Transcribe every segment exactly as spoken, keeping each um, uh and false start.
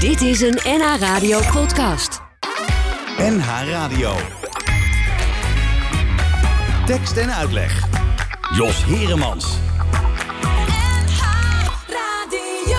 Dit is een N H Radio podcast. N H Radio. Tekst en uitleg. Jos Heremans. N H Radio.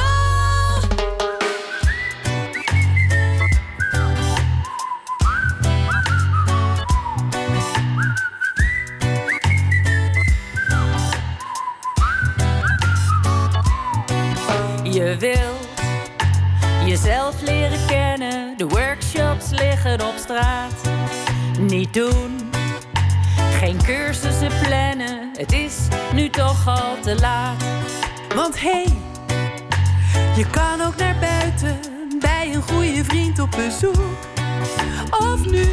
Je wilt jezelf leren kennen, de workshops liggen op straat. Niet doen, geen cursussen plannen, het is nu toch al te laat. Want hé, hey, je kan ook naar buiten, bij een goede vriend op bezoek. Of nu,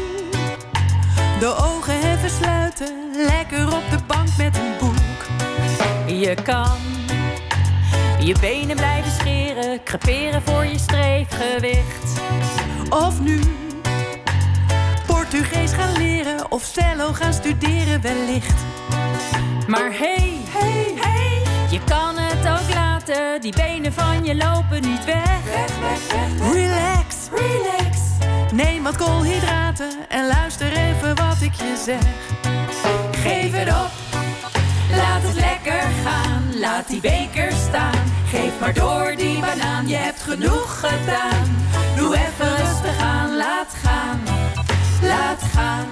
de ogen even sluiten, lekker op de bank met een boek. Je kan je benen blijven scheren, creperen voor je streefgewicht. Of nu, Portugees gaan leren of cello gaan studeren wellicht. Maar hey, hey, hey, je kan het ook laten, die benen van je lopen niet weg. Weg, weg, weg. Relax, relax. Neem wat koolhydraten en luister even wat ik je zeg. Geef het op, laat het lekker gaan, laat die beker staan. Geef maar door die banaan, je hebt genoeg gedaan. Doe even rustig aan, laat gaan, laat gaan.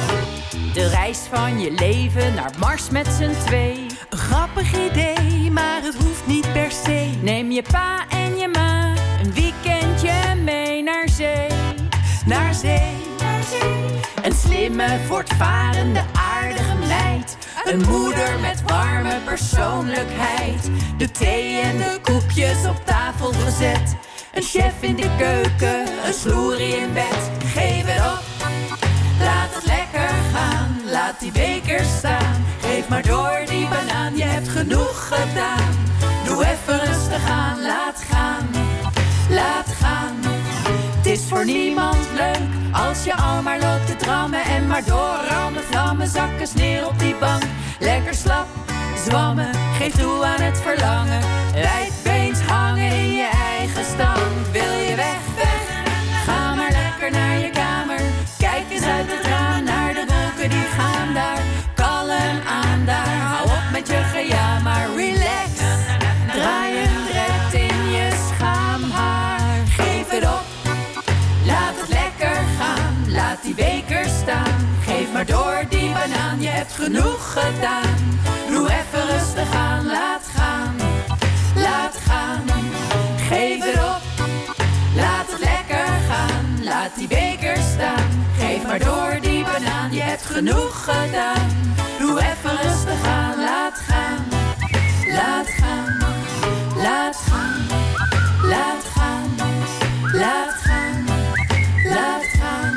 De reis van je leven naar Mars met z'n twee. Een grappig idee, maar het hoeft niet per se. Neem je pa en je ma een weekendje mee naar zee. Naar zee, naar zee. Een slimme, voortvarende, aardige meid. Een moeder met warme persoonlijkheid. De thee en de koekjes op tafel gezet. Een chef in de keuken, een sloerie in bed. Geef het op, laat het lekker gaan. Laat die beker staan. Geef maar door die banaan, je hebt genoeg gedaan. Doe even rustig aan, laat gaan, laat gaan. Het is voor niemand leuk als je al maar loopt te drammen. En maar doorrammen, vlammen, zakken, sneer op die bank. Lekker slap, zwammen, geef toe aan het verlangen. Wijdbeens hangen in je eigen stank. Wil je weg, weg, ga maar lekker naar je kamer. Kijk eens uit het raam naar de wolken die gaan daar. Kalm aan daar, hou op met je gejammer. Relax, draai een dret in je schaamhaar. Geef het op, laat het lekker gaan, laat die beker staan. Geef maar door die banaan, je hebt genoeg gedaan. Doe even rustig aan, laat gaan, laat gaan. Geef het op, laat het lekker gaan, laat die beker staan. Geef maar door die banaan, je hebt genoeg gedaan. Doe even rustig aan, laat gaan, laat gaan, laat gaan, laat gaan, laat gaan, laat gaan,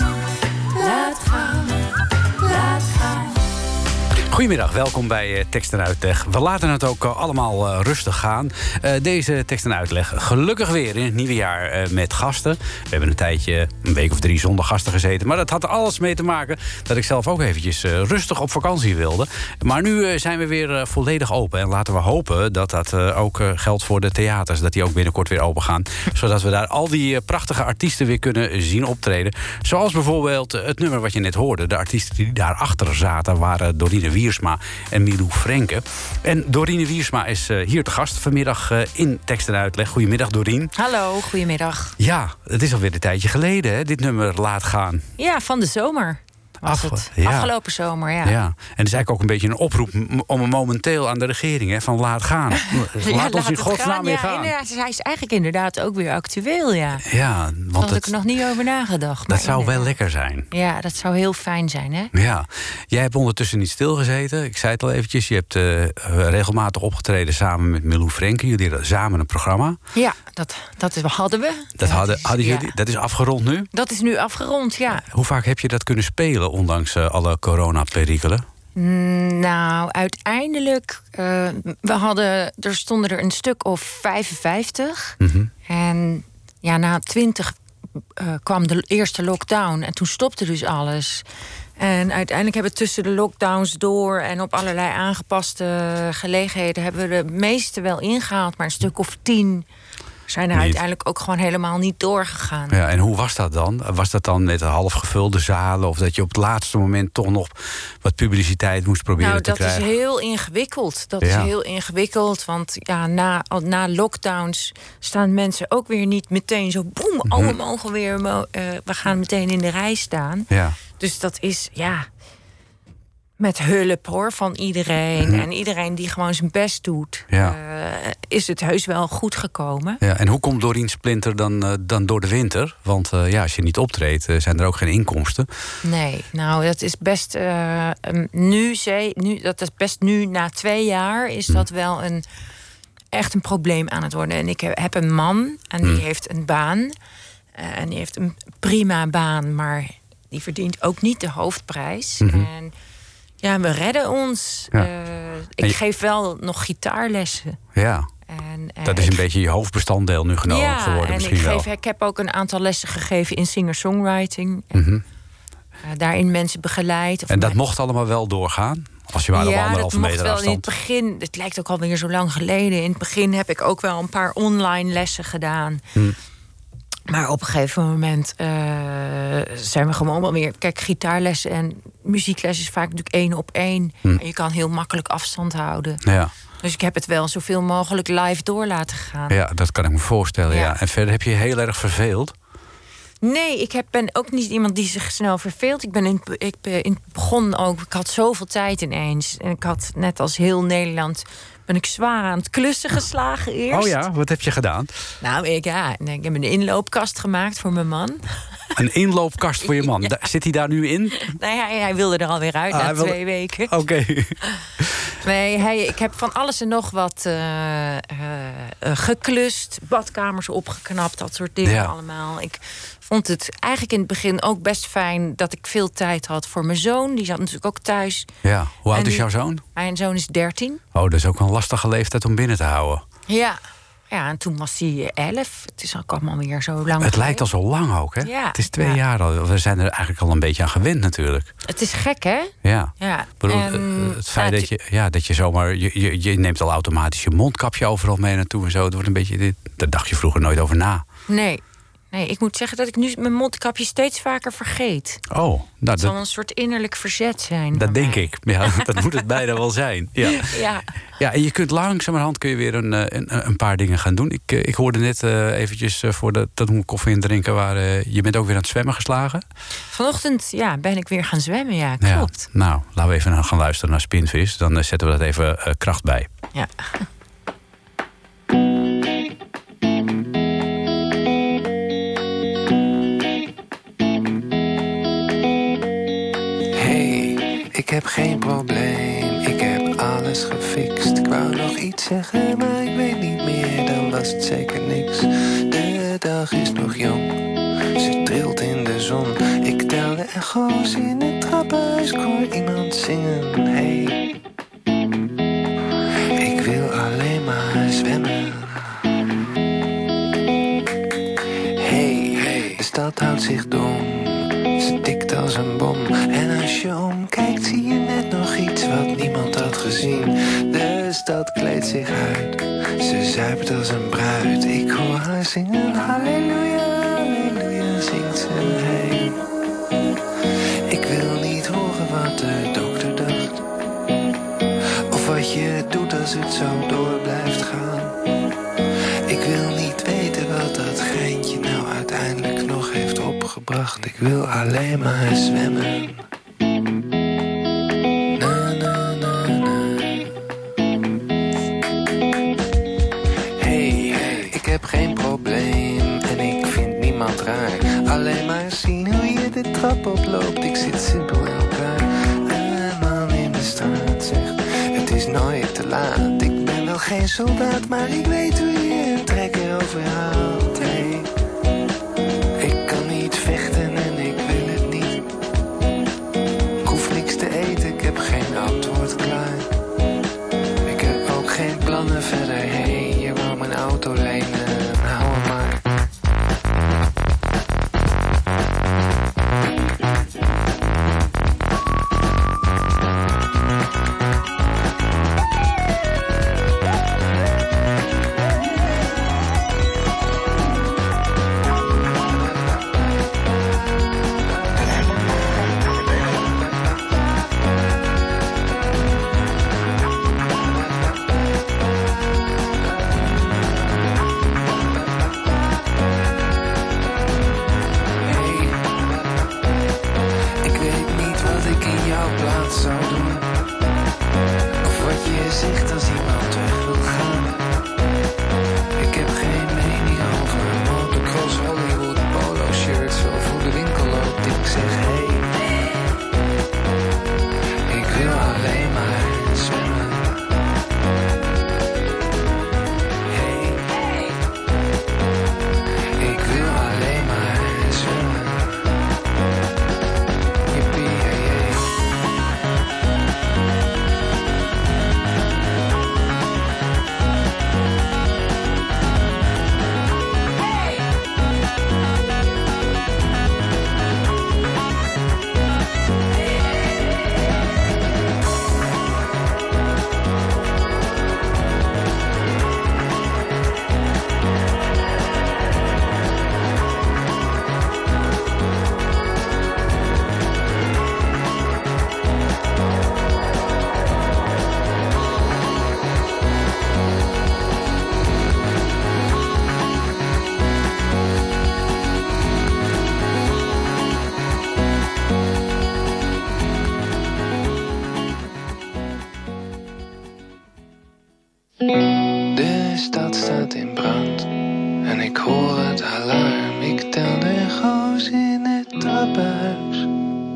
laat gaan, laat gaan. Goedemiddag, welkom bij uh, Tekst en Uitleg. We laten het ook uh, allemaal uh, rustig gaan. Uh, deze Tekst en Uitleg gelukkig weer in het nieuwe jaar uh, met gasten. We hebben een tijdje, een week of drie zonder gasten gezeten. Maar dat had er alles mee te maken dat ik zelf ook eventjes uh, rustig op vakantie wilde. Maar nu uh, zijn we weer uh, volledig open. En laten we hopen dat dat uh, ook uh, geldt voor de theaters. Dat die ook binnenkort weer open gaan. Zodat we daar al die uh, prachtige artiesten weer kunnen zien optreden. Zoals bijvoorbeeld uh, het nummer wat je net hoorde. De artiesten die daarachter zaten waren Dorine Wiersma en Milou Frenke. En Dorine Wiersma is uh, hier te gast vanmiddag uh, in Tekst en Uitleg. Goedemiddag, Dorine. Hallo, goedemiddag. Ja, het is alweer een tijdje geleden, hè, dit nummer Laat Gaan. Ja, van de zomer was Afge- het. ja. Afgelopen zomer, ja. Ja, en het is eigenlijk ook een beetje een oproep m- om een momenteel aan de regering, hè, van laat gaan. Laat Ja, ons in het godsnaam weer Ja, gaan. inderdaad, hij is eigenlijk inderdaad ook weer actueel, ja. Ja, Daar want had ik het, er nog niet over nagedacht. dat maar zou wel inderdaad. lekker zijn. Ja, dat zou heel fijn zijn, hè? Ja, jij hebt ondertussen niet stilgezeten. Ik zei het al eventjes, je hebt uh, regelmatig opgetreden samen met Milou Frenke. Jullie hadden samen een programma. Ja, dat, dat hadden we. Dat, hadden, is- hadden ja. jullie, dat is afgerond nu. Dat is nu afgerond, ja. Hoe vaak heb je dat kunnen spelen, ondanks uh, alle coronaperikelen? Mm, Nou, uiteindelijk, uh, we hadden, er stonden er een stuk of vijfenvijftig. Mm-hmm. En ja, na twintig uh, kwam de eerste lockdown en toen stopte dus alles. En uiteindelijk hebben we tussen de lockdowns door en op allerlei aangepaste gelegenheden hebben we de meeste wel ingehaald, maar een stuk of tien zijn er niet. uiteindelijk ook gewoon helemaal niet doorgegaan. Ja, en hoe was dat dan? Was dat dan met half gevulde zalen? Of dat je op het laatste moment toch nog wat publiciteit moest proberen nou, te krijgen? dat is heel ingewikkeld. Dat Ja. is heel ingewikkeld. Want ja, na, na lockdowns staan mensen ook weer niet meteen zo... boem, Mhm. oh, we mogen weer... mo- uh, we gaan meteen in de rij staan. Ja. Dus dat is, ja... met hulp, hoor, van iedereen. Mhm. En iedereen die gewoon zijn best doet... Ja. Uh, is het heus wel goed gekomen. Ja, en hoe komt Dorien Splinter dan, uh, dan door de winter? Want uh, ja, als je niet optreedt, uh, zijn er ook geen inkomsten. Nee, nou, dat is best... Uh, um, nu, ze, nu, dat is best nu, na twee jaar... is dat wel een, echt een probleem aan het worden. En ik heb een man en die Hmm. heeft een baan. Uh, en die heeft een prima baan, maar die verdient ook niet de hoofdprijs. Mm-hmm. En ja, we redden ons. Ja. Uh, ik je... geef wel nog gitaarlessen. Ja. En, uh, Dat is een ik... beetje je hoofdbestanddeel nu genomen ja, geworden en misschien ik, wel. geef, ik heb ook een aantal lessen gegeven in singer-songwriting. Mm-hmm. Uh, daarin mensen begeleid. Of En dat mij... mocht allemaal wel doorgaan? Als je maar op ja, anderhalve dat mocht meter wel afstand. in het begin. Het lijkt ook alweer zo lang geleden. In het begin heb ik ook wel een paar online lessen gedaan. Hmm. Maar op een gegeven moment uh, zijn we gewoon wel weer... Kijk, gitaarlessen en muziekles is vaak natuurlijk één op één. Hmm. En je kan heel makkelijk afstand houden. Ja. Dus ik heb het wel zoveel mogelijk live door laten gaan. Ja, dat kan ik me voorstellen. Ja. Ja. En verder heb je je heel erg verveeld. Nee, ik heb, ben ook niet iemand die zich snel verveelt. Ik ben in, ik ben in het begin ook... Ik had zoveel tijd ineens. En ik had, net als heel Nederland... ben ik zwaar aan het klussen geslagen eerst. Oh ja, wat heb je gedaan? Nou, ik, ja, ik heb een inloopkast gemaakt voor mijn man. Een inloopkast voor je man. Ja. Da- Zit hij daar nu in? Nou ja, hij wilde er alweer uit Ah, na hij wilde- twee weken. Oké. Okay. Nee, hij, ik heb van alles en nog wat uh, uh, geklust. Badkamers opgeknapt, dat soort dingen Ja. allemaal. Ik vond het eigenlijk in het begin ook best fijn... dat ik veel tijd had voor mijn zoon. Die zat natuurlijk ook thuis. Ja. Hoe oud En is die- jouw zoon? Mijn zoon is dertien. Oh, dat is ook een lastige leeftijd om binnen te houden. Ja. Ja, en toen was hij elf. Het is ook allemaal weer zo lang. Het lijkt al zo lang ook, hè? Ja, Het is twee ja. jaar al. We zijn er eigenlijk al een beetje aan gewend natuurlijk. Het is gek, hè? Ja. Ja. Ik bedoel, En, het feit ja, dat je, ja, dat je zomaar... Je, je, je neemt al automatisch je mondkapje overal mee naartoe en zo. Het wordt een beetje... Dit, daar dacht je vroeger nooit over na. Nee. Nee, ik moet zeggen dat ik nu mijn mondkapje steeds vaker vergeet. Oh, nou, Het zal dat, een soort innerlijk verzet zijn. dat voor denk mij. ik. Ja, dat moet het bijna wel zijn. Ja. Ja. Ja, en je kunt langzamerhand kun je weer een, een, een paar dingen gaan doen. Ik, ik hoorde net uh, eventjes uh, voor de, dat we koffie en drinken waren... Uh, je bent ook weer aan het zwemmen geslagen. Vanochtend ja, ben ik weer gaan zwemmen, ja, klopt. Ja, nou, laten we even gaan luisteren naar Spinvis. Dan uh, zetten we dat even uh, kracht bij. Ja. Ik heb geen probleem, ik heb alles gefixt. Ik wou nog iets zeggen, maar ik weet niet meer, dan was het zeker niks. De dag is nog jong, ze trilt in de zon. Ik tel de echo's in het trappenhuis, ik hoor iemand zingen. Hey, ik wil alleen maar zwemmen. Hey, hey, de stad houdt zich dom. Ze tikt als een bom. En als je omkijkt zie je net nog iets wat niemand had gezien. De stad kleedt zich uit. Ze zuipt als een bruid. Ik hoor haar zingen. Halleluja, halleluja, zingt ze. Hey. Ik wil niet horen wat de dokter dacht. Of wat je doet als het zo door blijft gaan. Ik wil niet weten wat dat geintje nou uiteindelijk nog heeft opgebracht. Ik wil alleen maar zwemmen. Na, na, na, na. Hey, hey, ik heb geen probleem en ik vind niemand raar. Alleen maar zien hoe je de trap oploopt. Ik zit simpel in elkaar. Een man in de straat zegt, het is nooit te laat. Ik ben wel geen soldaat, maar ik weet hoe je een trekker overhaalt. Hey. Ik kan niet vechten en ik wil het niet. Ik hoef niks te eten, ik heb geen antwoord klaar. Ik heb ook geen plannen verder. Hey, je wou mijn auto lenen, hou hem maar. trappenhuis.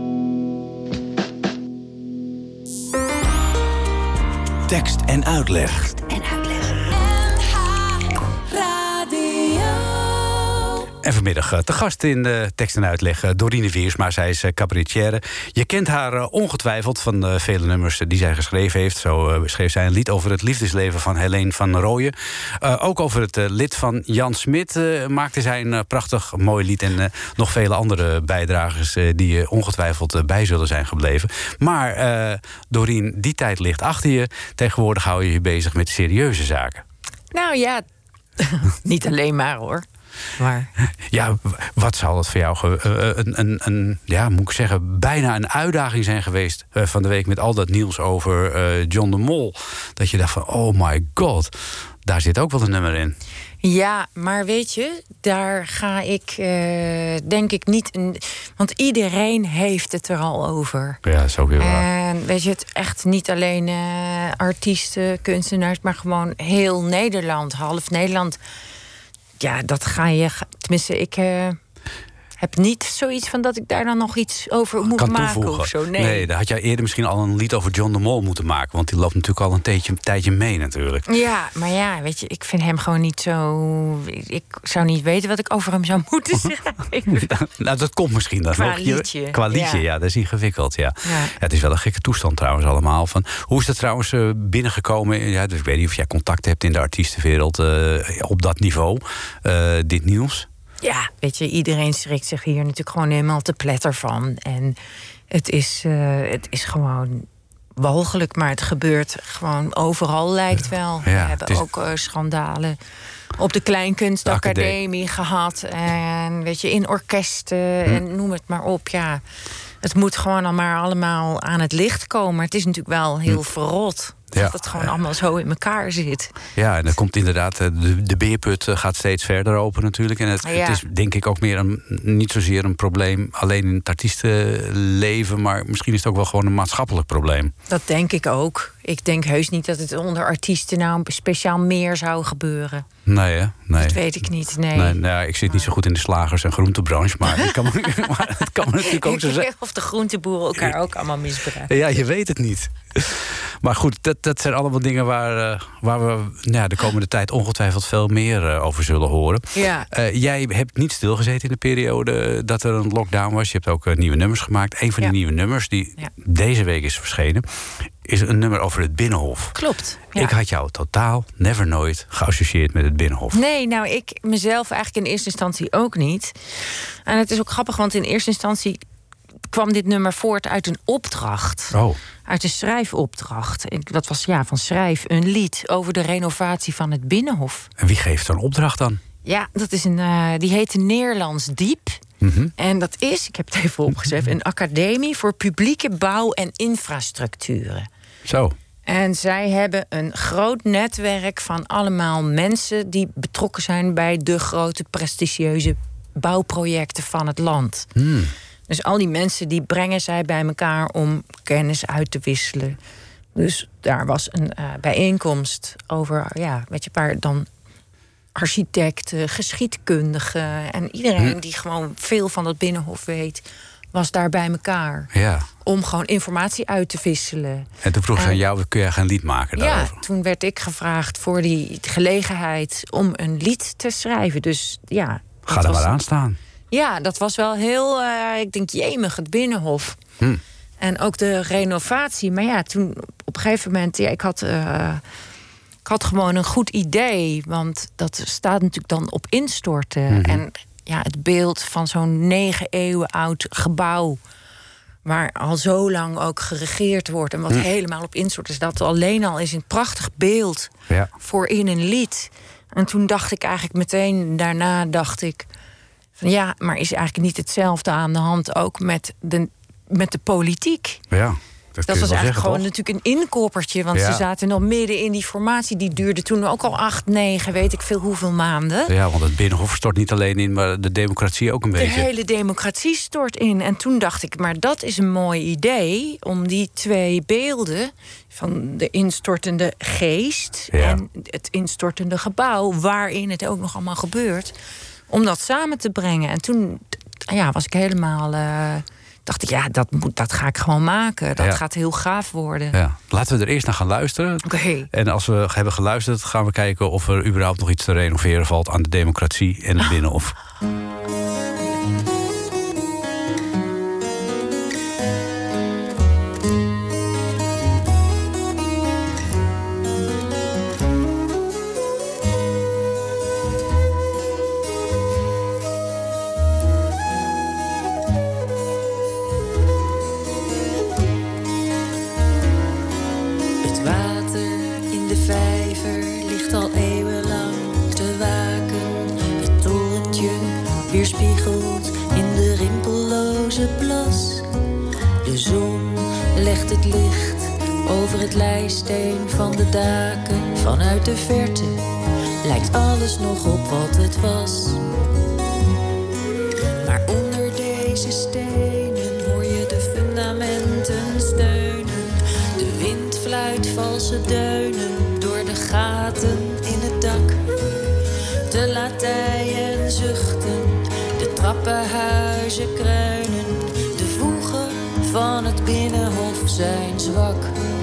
Tekst en uitleg. En uitleg. N H Radio. En vanmiddag uh, te gast in uh, tekst en uitleg uh, Dorine Wiersma. Zij is uh, cabaretière. Je kent haar uh, ongetwijfeld van uh, vele nummers uh, die zij geschreven heeft. Zo uh, schreef zij een lied over het liefdesleven van Helene van Rooyen. Uh, ook over het uh, lid van Jan Smit uh, maakte zij een uh, prachtig mooi lied. En uh, nog vele andere bijdragers uh, die uh, ongetwijfeld uh, bij zullen zijn gebleven. Maar uh, Dorine, die tijd ligt achter je. Tegenwoordig hou je je bezig met serieuze zaken. Nou ja, niet alleen maar hoor. Maar Ja, wat zal het voor jou ge- uh, een, een, een, ja, moet ik zeggen, bijna een uitdaging zijn geweest uh, van de week met al dat nieuws over uh, John de Mol. Dat je dacht van, oh my god, daar zit ook wel een nummer in. ja, maar weet je, daar ga ik uh, denk ik niet... In, want iedereen heeft het er al over. Ja, dat is ook weer waar. En weet je, het echt niet alleen uh, artiesten, kunstenaars, maar gewoon heel Nederland, half Nederland. Ja, dat ga je... Tenminste, ik uh, heb niet zoiets van dat ik daar dan nog iets over moet Kan maken toevoegen. of zo. Nee. nee, daar had jij eerder misschien al een lied over John de Mol moeten maken. Want die loopt natuurlijk al een tijdje, tijdje mee natuurlijk. Ja, maar ja, weet je, ik vind hem gewoon niet zo... Ik zou niet weten wat ik over hem zou moeten zeggen. Nou, dat komt misschien dan Qua nog. Je- liedje, Qua liedje, ja. ja. dat is ingewikkeld, ja. Ja. Ja, het is wel een gekke toestand trouwens allemaal. Van, hoe is dat trouwens uh, binnengekomen? Ja, dus ik weet niet of jij contact hebt in de artiestenwereld uh, op dat niveau. Uh, dit nieuws. Ja, weet je, iedereen schrikt zich hier natuurlijk gewoon helemaal te pletter van. En het is, uh, het is gewoon walgelijk, maar het gebeurt gewoon overal, lijkt wel. We Ja, hebben het is- ook uh, schandalen op de Kleinkunstacademie gehad. En weet je, in orkesten Hm. en noem het maar op. Ja, het moet gewoon al maar allemaal aan het licht komen. Het is natuurlijk wel heel verrot. Ja. Dat het gewoon allemaal zo in elkaar zit. Ja, en dan komt inderdaad, uh, de, de beerput uh, gaat steeds verder open natuurlijk. En het, Ja. het is denk ik ook meer een, niet zozeer een probleem alleen in het artiestenleven, maar misschien is het ook wel gewoon een maatschappelijk probleem. Dat denk ik ook. Ik denk heus niet dat het onder artiesten nou speciaal meer zou gebeuren. Nee, hè? Nee. Dat weet ik niet, nee. Nee, nou, ik zit niet zo goed in de slagers- en groentebranche, maar, ik kan, me- maar het kan me natuurlijk ook Ik zo zijn. weet of de groenteboeren elkaar ook allemaal misbruiken. Ja, je weet het niet. Maar goed, dat, dat zijn allemaal dingen waar, uh, waar we nou ja, de komende tijd ongetwijfeld veel meer uh, over zullen horen. Ja. Uh, jij hebt niet stilgezeten in de periode dat er een lockdown was. Je hebt ook uh, nieuwe nummers gemaakt. Een van Ja. die nieuwe nummers die Ja. deze week is verschenen, is een nummer over het Binnenhof. Klopt. Ja. Ik had jou totaal, never nooit geassocieerd met het Binnenhof. Nee, nou, ik mezelf eigenlijk in eerste instantie ook niet. En het is ook grappig, want in eerste instantie kwam dit nummer voort uit een opdracht. Oh, Uit een schrijfopdracht. Ik- Dat was ja, van schrijf een lied over de renovatie van het Binnenhof. en wie geeft zo'n opdracht dan? Ja, dat is een, uh, die heette Neerlands Diep. Mhm. En dat is, ik heb het even opgeschreven, een academie voor publieke bouw en infrastructuren. Zo. En zij hebben een groot netwerk van allemaal mensen die betrokken zijn bij de grote prestigieuze bouwprojecten van het land. Hmm. Dus al die mensen die brengen zij bij elkaar om kennis uit te wisselen. Dus daar was een uh, bijeenkomst over, ja, weet je, waar dan architecten, geschiedkundigen en iedereen Hm. die gewoon veel van dat Binnenhof weet, was daar bij elkaar. Ja. Om gewoon informatie uit te wisselen. En toen vroeg ze En- aan jou, kun jij geen lied maken Ja, daarover? toen werd ik gevraagd voor die gelegenheid om een lied te schrijven. Dus ja. Ga dat er was- maar aan staan. Ja, dat was wel heel, uh, ik denk, jemig, het Binnenhof. Hm. En ook de renovatie. Maar ja, toen op een gegeven moment, ja, ik had, uh, ik had gewoon een goed idee. Want dat staat natuurlijk dan op instorten. Mhm. En ja, het beeld van zo'n negen eeuwen oud gebouw, waar al zo lang ook geregeerd wordt en wat Hm. helemaal op instort is, dat alleen al is een prachtig beeld Ja. voor in een lied. En toen dacht ik eigenlijk meteen, daarna dacht ik van ja, maar is eigenlijk niet hetzelfde aan de hand ook met de, met de politiek? Ja. Dat, Dat kun was je wel eigenlijk zeggen, gewoon natuurlijk een inkoppertje. Want Ja. ze zaten nog midden in die formatie. Die duurde toen ook al acht, negen, weet ik veel hoeveel maanden. toch? Ja, want het Binnenhof stort niet alleen in, maar de democratie ook een De beetje. hele democratie stort in. En toen dacht ik, maar dat is een mooi idee om die twee beelden van de instortende geest Ja. en het instortende gebouw, waarin het ook nog allemaal gebeurt, om dat samen te brengen. En toen ja, was ik helemaal... Uh, dacht ik, ja, dat, moet, dat ga ik gewoon maken. Dat ja. gaat heel gaaf worden. Ja. Laten we er eerst naar gaan luisteren. Okay. En als we hebben geluisterd, gaan we kijken of er überhaupt nog iets te renoveren valt aan de democratie en het Binnenhof. Weerspiegelt in de rimpelloze plas. De zon legt het licht over het leisteen van de daken. Vanuit de verte lijkt alles nog op wat het was. Maar onder deze stenen hoor je de fundamenten steunen. De wind fluit valse deunen door de gaten in het dak. De latijen zuchten, de trappenhuizen kruinen. De voegen van het Binnenhof zijn zwak.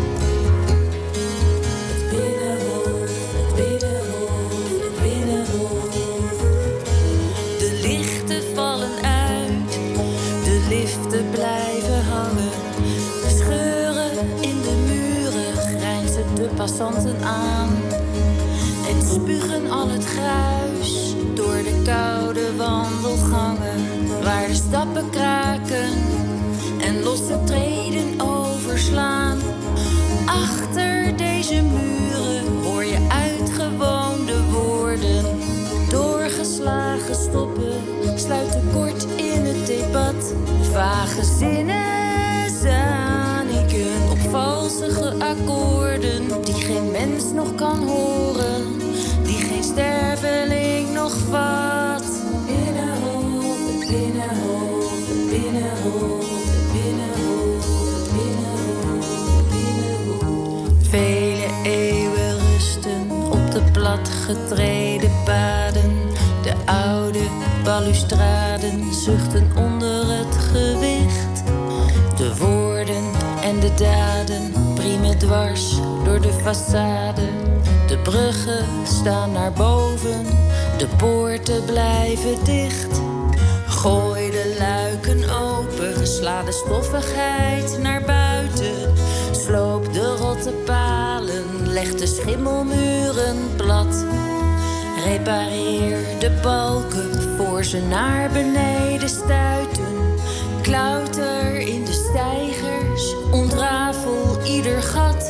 Het Binnenhof, het Binnenhof, het Binnenhof. De lichten vallen uit, de liften blijven hangen. De scheuren in de muren grijnzen de passanten aan. En spugen al het gruis door de koude wandelgangen. Waar de stappen kraken en losse treden overslaan. Achter deze muren hoor je uitgewoonde woorden. Doorgeslagen stoppen sluiten kort in het debat. Vage zinnen, zaniken op valsige akkoorden. Die geen mens nog kan horen, die geen sterveling nog vat. Binnenhof, het Binnenhof, het Binnenhof, het Binnenhof, het Binnenhof, het Binnenhof. Vele eeuwen rusten op de platgetreden paden. De oude balustraden zuchten onder het gewicht. De woorden en de daden priemen dwars door de façade. De bruggen staan naar boven, de poorten blijven dicht. Gooi de luiken open, sla de stoffigheid naar buiten. Sloop de rotte palen, leg de schimmelmuren plat. Repareer de balken voor ze naar beneden stuiten. Klauter in de steigers, ontrafel ieder gat.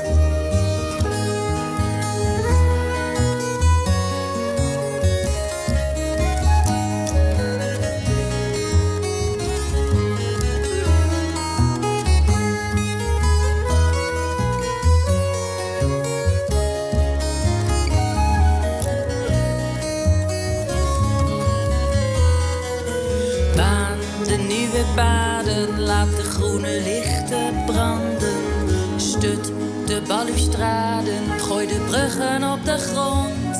Paden, laat de groene lichten branden. Stut de balustraden, gooi de bruggen op de grond.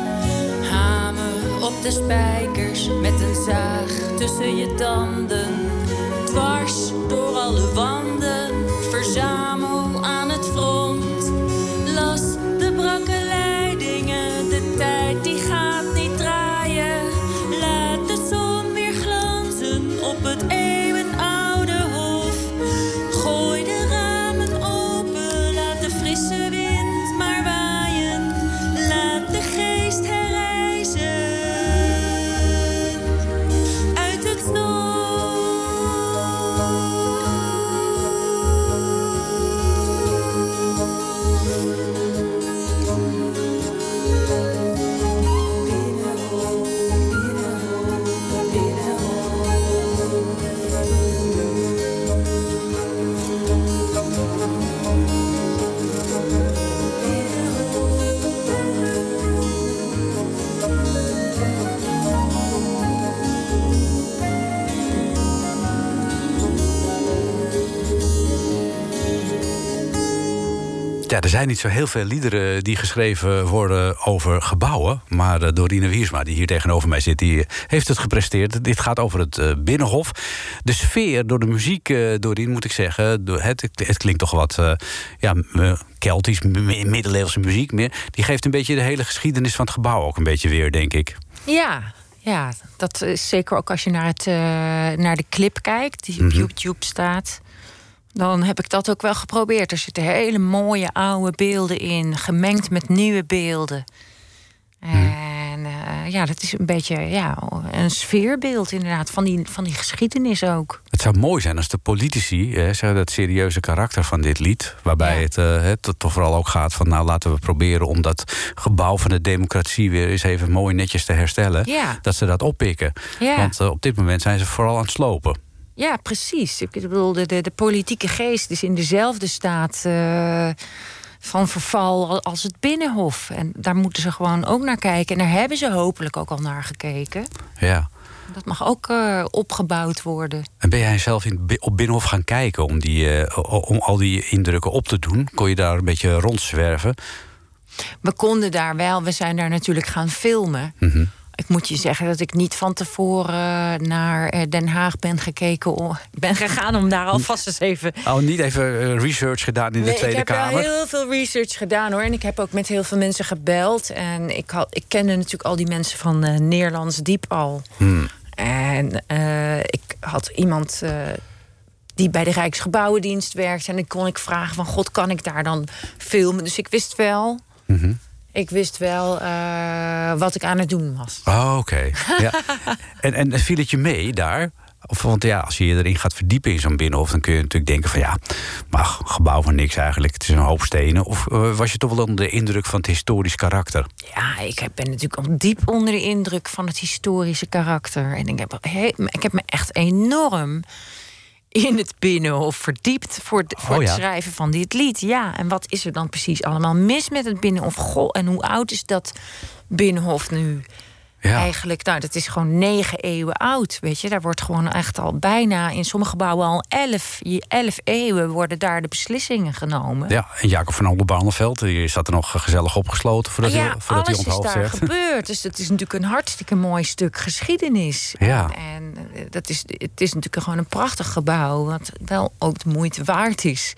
Hamer op de spijkers met een zaag tussen je tanden. Dwars door alle wanden, verzamel aan het front. Las de brakke leidingen, de tijd die gaat niet draaien. Laat de zon weer glanzen op het eeuwenoude hof. Gooi de ramen open, laat de frisse wind maar waaien. Laat de geest herrijzen uit het stof. Ja, er zijn niet zo heel veel liederen die geschreven worden over gebouwen. Maar uh, Dorine Wiersma, die hier tegenover mij zit, die heeft het gepresteerd. Dit gaat over het uh, Binnenhof. De sfeer door de muziek, uh, Dorine, moet ik zeggen. Door het, het klinkt toch wat uh, ja, uh, Keltisch, middeleeuwse muziek meer. Die geeft een beetje de hele geschiedenis van het gebouw ook een beetje weer, denk ik. Ja, ja, dat is zeker ook als je naar, het, uh, naar de clip kijkt, die op Mm-hmm. YouTube staat. Dan heb ik dat ook wel geprobeerd. Er zitten hele mooie oude beelden in, gemengd met nieuwe beelden. En uh, ja, dat is een beetje ja, een sfeerbeeld inderdaad van die, van die geschiedenis ook. Het zou mooi zijn als de politici, hè, zeggen dat serieuze karakter van dit lied, waarbij Ja. het, uh, het toch vooral ook gaat van, nou laten we proberen om dat gebouw van de democratie weer eens even mooi netjes te herstellen. Ja. Dat ze dat oppikken. Ja. Want uh, op dit moment zijn ze vooral aan het slopen. Ja, precies. Ik bedoel, de, de, de politieke geest is in dezelfde staat uh, van verval als het Binnenhof. En daar moeten ze gewoon ook naar kijken. En daar hebben ze hopelijk ook al naar gekeken. Ja. Dat mag ook uh, opgebouwd worden. En ben jij zelf in, op Binnenhof gaan kijken om, die, uh, om al die indrukken op te doen? Kon je daar een beetje rondzwerven? We konden daar wel, we zijn daar natuurlijk gaan filmen. Mm-hmm. Ik moet je zeggen dat ik niet van tevoren naar Den Haag ben gekeken. Ben gegaan om daar alvast eens even... Oh, niet even research gedaan in de nee, Tweede Kamer? Ik heb wel heel veel research gedaan hoor. En ik heb ook met heel veel mensen gebeld. En ik, had, ik kende natuurlijk al die mensen van uh, Neerlands Diep al. Hmm. En uh, ik had iemand... Uh, die bij de Rijksgebouwendienst werkt. En dan kon ik vragen van, god, kan ik daar dan filmen? Dus ik wist wel... Mm-hmm. Ik wist wel uh, wat ik aan het doen was. Oh, oké. Okay. Ja. en, en viel het je mee daar? Of, want ja, als je je erin gaat verdiepen in zo'n Binnenhof... dan kun je natuurlijk denken van ja, maar gebouw van niks eigenlijk. Het is een hoop stenen. Of uh, was je toch wel onder de indruk van het historisch karakter? Ja, ik ben natuurlijk al diep onder de indruk van het historische karakter. En ik heb, he, ik heb me echt enorm... in het Binnenhof verdiept voor, de, voor oh, ja. het schrijven van dit lied. Ja, en wat is er dan precies allemaal mis met het Binnenhof? Goh, en hoe oud is dat Binnenhof nu? Ja. Eigenlijk, nou, dat is gewoon negen eeuwen oud, weet je. Daar wordt gewoon echt al bijna, in sommige gebouwen al elf, elf eeuwen worden daar de beslissingen genomen. Ja, en Jacob van Oldenbarneveld, die zat er nog gezellig opgesloten voordat ja, hij, voordat hij onthoofd werd. alles is daar gebeurd. Dus dat is natuurlijk een hartstikke mooi stuk geschiedenis. Ja. En, en dat is, het is natuurlijk gewoon een prachtig gebouw, wat wel ook de moeite waard is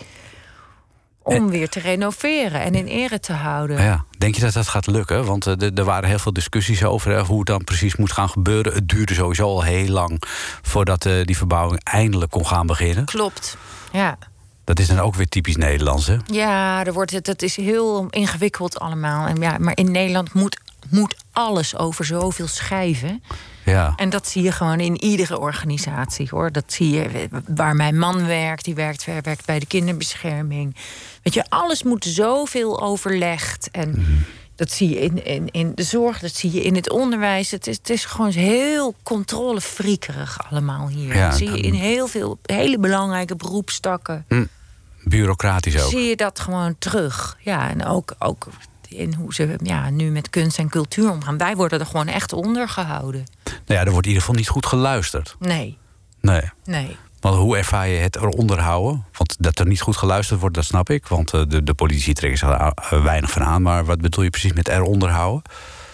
om en, weer te renoveren en in ere te houden. Ja. Denk je dat dat gaat lukken? Want uh, er waren heel veel discussies over uh, hoe het dan precies moet gaan gebeuren. Het duurde sowieso al heel lang voordat uh, die verbouwing eindelijk kon gaan beginnen. Klopt, ja. Dat is dan ook weer typisch Nederlands, hè? Ja, er wordt, dat is heel ingewikkeld allemaal. En ja, maar in Nederland moet, moet alles over zoveel schrijven. Ja. En dat zie je gewoon in iedere organisatie, hoor. Dat zie je waar mijn man werkt. Die werkt, werkt bij de kinderbescherming. Weet je, alles moet zoveel overlegd. En mm-hmm. dat zie je in, in, in de zorg, dat zie je in het onderwijs. Het is, het is gewoon heel controlefriekerig allemaal hier. Ja, dat zie je dan... in heel veel hele belangrijke beroepstakken. Mm. Bureaucratisch ook. Zie je dat gewoon terug. Ja, en ook... ook in hoe ze ja, nu met kunst en cultuur omgaan. Wij worden er gewoon echt onder gehouden. Nou ja, er wordt in ieder geval niet goed geluisterd. Nee. Nee. Nee. Want hoe ervaar je het eronder houden? Want dat er niet goed geluisterd wordt, dat snap ik. Want de, de politici trekken zich er weinig van aan. Maar wat bedoel je precies met eronder houden?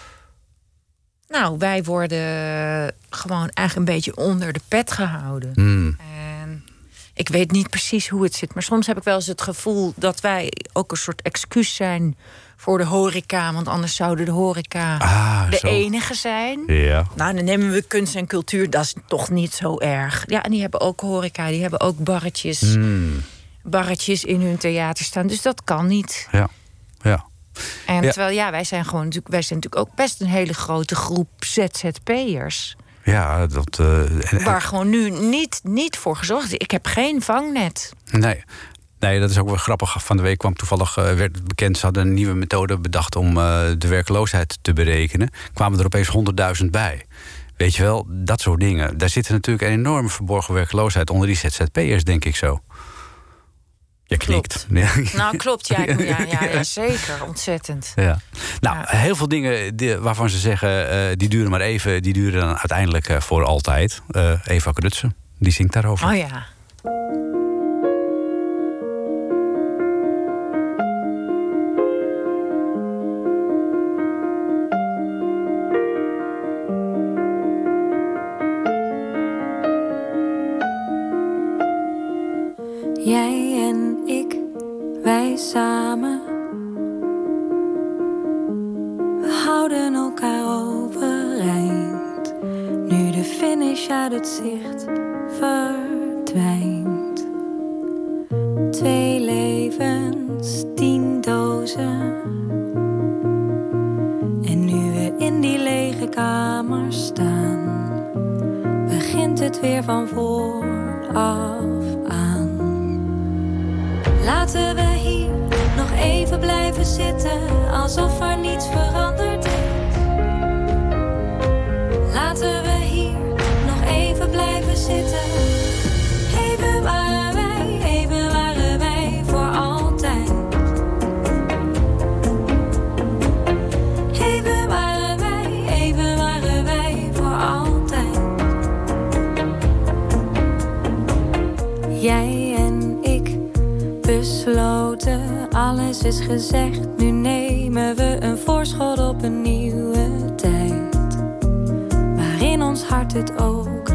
Nou, wij worden gewoon eigenlijk een beetje onder de pet gehouden. Mm. En ik weet niet precies hoe het zit. Maar soms heb ik wel eens het gevoel dat wij ook een soort excuus zijn voor de horeca. Want anders zouden de horeca ah, de zo. enige zijn. Ja. Nou, dan nemen we kunst en cultuur. Dat is toch niet zo erg. Ja, en die hebben ook horeca. Die hebben ook barretjes. Mm. Barretjes in hun theater staan. Dus dat kan niet. Ja, ja. En ja. terwijl, ja, wij zijn gewoon natuurlijk, wij zijn natuurlijk ook best een hele grote groep Z Z P'ers. Ja, dat... Uh, en, waar gewoon nu niet, niet voor gezorgd is. Ik heb geen vangnet. Nee. Nee, dat is ook wel grappig. Van de week kwam toevallig, uh, werd het bekend, ze hadden een nieuwe methode bedacht om uh, de werkloosheid te berekenen. Kwamen er opeens honderdduizend bij. Weet je wel, dat soort dingen. Daar zit natuurlijk een enorme verborgen werkloosheid onder die Z Z P'ers, denk ik zo. Je knikt. Klopt. Nou, klopt. Ja, ja, ja, ja, zeker. Ontzettend. Ja. Nou, ja. heel veel dingen die, waarvan ze zeggen, uh, die duren maar even, die duren dan uiteindelijk uh, voor altijd. Uh, Eva Knudsen, die zingt daarover. Oh ja. Jij en ik, wij samen. We houden elkaar overeind. Nu de finish uit het zicht verdwijnt. Twee levens, tien dozen. En nu we in die lege kamer staan, begint het weer van vooraf aan. Laten we hier nog even blijven zitten, alsof er niets veranderd is. Laten we hier nog even blijven zitten. Even waren wij, even waren wij voor altijd. Even waren wij, even waren wij voor altijd. Jij en ik besloten, alles is gezegd. Nu nemen we een voorschot op een nieuwe tijd, waarin ons hart het ook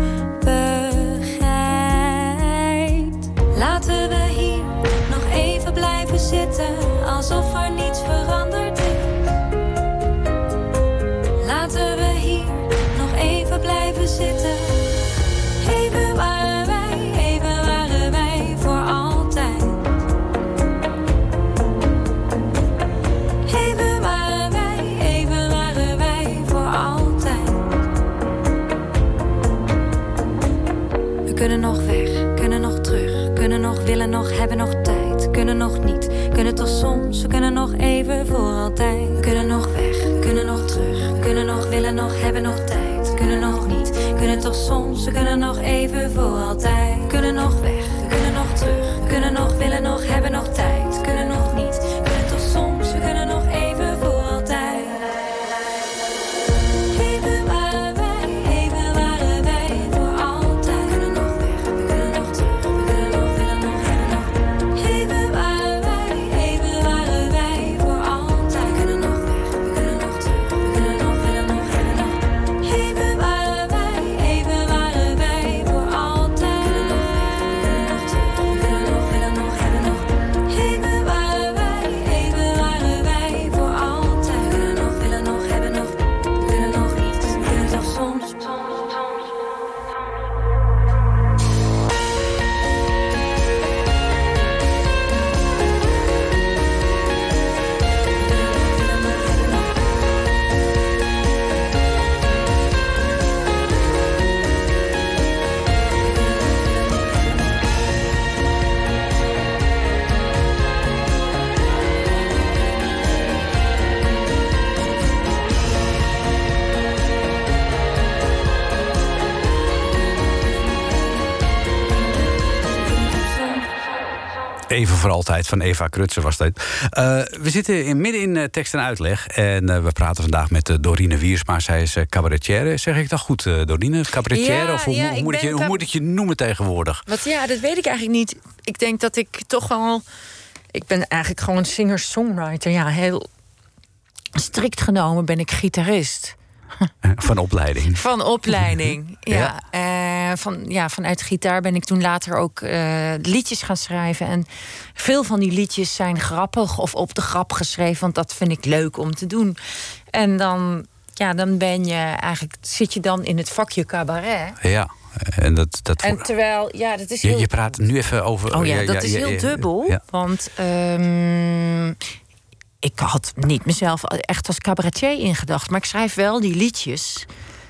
begrijpt. Laten we hier nog even blijven zitten, alsof er niets veranderd is. Laten we hier nog even blijven zitten. Even waren wij, even waren wij voor altijd. Even waren wij, even waren wij voor altijd. We kunnen nog weg, kunnen nog terug, kunnen nog willen, nog hebben, nog tijd. Kunnen nog niet, kunnen toch soms, we kunnen nog even voor altijd. We kunnen nog weg, kunnen nog terug, kunnen nog willen, nog hebben, nog tijd. Kunnen nog niet, kunnen toch soms, we kunnen nog even voor altijd. We kunnen nog weg, we kunnen nog terug, we kunnen nog willen, nog hebben, nog tijd. Kunnen nog niet, kunnen toch soms, we kunnen nog even voor altijd. Even waren wij, even waren wij voor altijd. We kunnen nog weg, we kunnen nog terug, we kunnen nog willen, nog hebben, nog. Even waren wij, even waren wij voor altijd. We kunnen nog weg, we kunnen nog terug, we kunnen nog willen, nog hebben, nog. Even waren wij, even waren wij voor altijd. We kunnen nog weg, we kunnen nog terug, we kunnen nog willen, nog hebben, nog. Even waren wij, even waren wij voor altijd. We kunnen nog willen, nog hebben, nog. We kunnen nog niet, we kunnen toch soms. Even voor altijd van Eva Krutsen was dat. Uh, we zitten in, midden in uh, tekst en uitleg. En uh, we praten vandaag met uh, Dorine Wiersma. Zij is uh, cabaretière. Zeg ik dat goed, uh, Dorine? Cabaretière? Ja, of hoe, ja, hoe, ik moet ben je, hoe cab- moet ik je noemen tegenwoordig? Wat, ja, dat weet ik eigenlijk niet. Ik denk dat ik toch wel... Ik ben eigenlijk gewoon singer-songwriter. Ja, heel strikt genomen ben ik gitarist. Van opleiding. Van opleiding, ja. Ja. Uh, van, ja. Vanuit gitaar ben ik toen later ook uh, liedjes gaan schrijven. En veel van die liedjes zijn grappig of op de grap geschreven. Want dat vind ik leuk om te doen. En dan, ja, dan ben je eigenlijk, zit je dan in het vakje cabaret. Ja. En, dat, dat en terwijl, ja, dat is je, heel... je praat nu even over... Oh ja, ja, dat ja, is ja, heel ja, dubbel. Ja. Want um, ik had niet mezelf echt als cabaretier ingedacht. Maar ik schrijf wel die liedjes.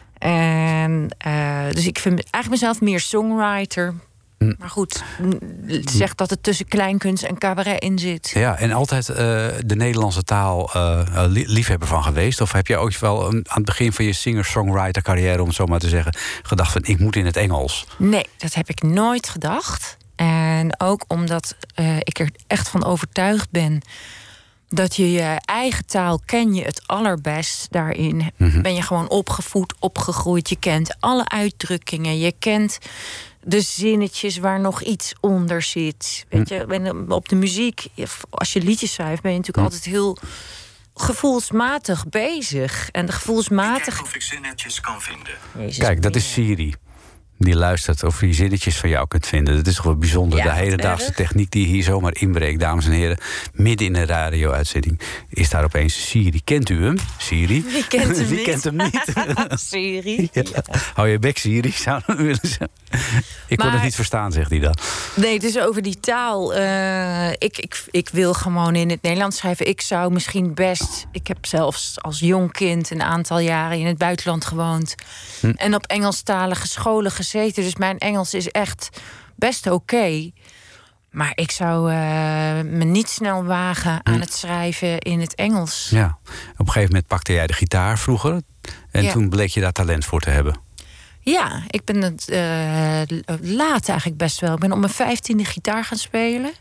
En uh, dus ik vind eigenlijk mezelf meer songwriter. Hm. Maar goed, zeg dat het tussen kleinkunst en cabaret in zit. Ja, en altijd uh, de Nederlandse taal uh, liefhebber van geweest? Of heb jij ook wel een, aan het begin van je singer-songwriter carrière, om het zo maar te zeggen, gedacht van ik moet in het Engels? Nee, dat heb ik nooit gedacht. En ook omdat uh, ik er echt van overtuigd ben dat je je eigen taal ken je het allerbest. Daarin mm-hmm. ben je gewoon opgevoed, opgegroeid. Je kent alle uitdrukkingen. Je kent de zinnetjes waar nog iets onder zit. Weet je, op de muziek, als je liedjes schrijft, ben je natuurlijk mm. altijd heel gevoelsmatig bezig. En de gevoelsmatig... Kijk of ik zinnetjes kan vinden. Jezus, Kijk, dat is Siri. die luistert of je zinnetjes van jou kunt vinden. Dat is toch wel bijzonder. Ja, de hedendaagse erg. techniek die hier zomaar inbreekt, dames en heren. Midden in een radio-uitzending is daar opeens Siri. Kent u hem? Siri? Wie kent hem Wie niet? kent hem niet? Siri. Ja. Hou je bek, Siri, zou ik willen zeggen. Ik kon Maar- het niet verstaan, zegt hij dan. Nee, dus over die taal. eh, ik, ik, ik wil gewoon in het Nederlands schrijven. Ik zou misschien best... Ik heb zelfs als jong kind een aantal jaren in het buitenland gewoond. Hm. En op Engelstalige scholen gezeten. Dus mijn Engels is echt best oké. Maar ik zou eh, me niet snel wagen aan het schrijven in het Engels. Ja. Op een gegeven moment pakte jij de gitaar vroeger. En Ja. toen bleek je daar talent voor te hebben. Ja, ik ben het eh, laat eigenlijk best wel. Ik ben op mijn vijftiende gitaar gaan spelen.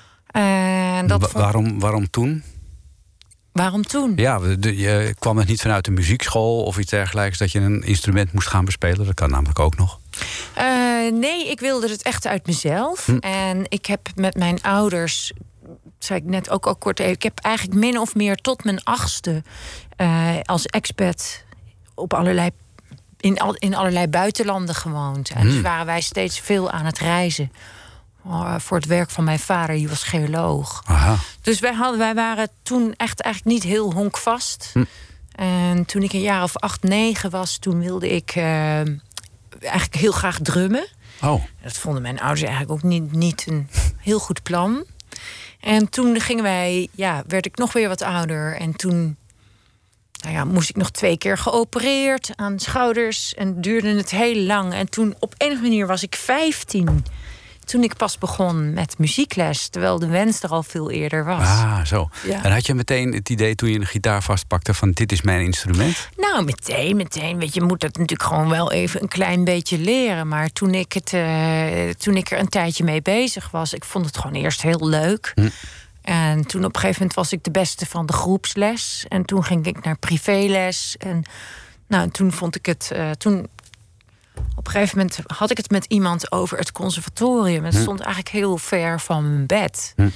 En dat Wa- vond- waarom, waarom toen? Waarom toen? Ja, de- je kwam het niet vanuit de muziekschool of iets dergelijks... dat je een instrument moest gaan bespelen? Dat kan namelijk ook nog. Eh, nee, ik wilde het echt uit mezelf. Hm. En ik heb met mijn ouders, zei ik net ook al kort even... ik heb eigenlijk min of meer tot mijn achtste eh, als expat op allerlei, in, al, in allerlei buitenlanden gewoond. En Hm. dus waren wij steeds veel aan het reizen. Oh, voor het werk van mijn vader, die was geoloog. Aha. Dus wij, hadden, wij waren toen echt eigenlijk niet heel honkvast. Hm. En toen ik een jaar of acht, negen was... toen wilde ik eh, eigenlijk heel graag drummen. Oh. Dat vonden mijn ouders eigenlijk ook niet, niet een heel goed plan. En toen gingen wij, ja, werd ik nog weer wat ouder. En toen nou ja, moest ik nog twee keer geopereerd aan schouders. En duurde het heel lang. En toen op een of andere manier was ik vijftien... toen ik pas begon met muziekles, terwijl de wens er al veel eerder was. Ah, zo. Ja. En had je meteen het idee toen je een gitaar vastpakte... van dit is mijn instrument? Nou, meteen, meteen. Weet je, je moet dat natuurlijk gewoon wel even een klein beetje leren. Maar toen ik, het, eh, toen ik er een tijdje mee bezig was... ik vond het gewoon eerst heel leuk. Hm. En toen op een gegeven moment was ik de beste van de groepsles. En toen ging ik naar privéles. En nou, toen vond ik het... Uh, toen op een gegeven moment had ik het met iemand over het conservatorium. Het Hm. stond eigenlijk heel ver van mijn bed. Hm.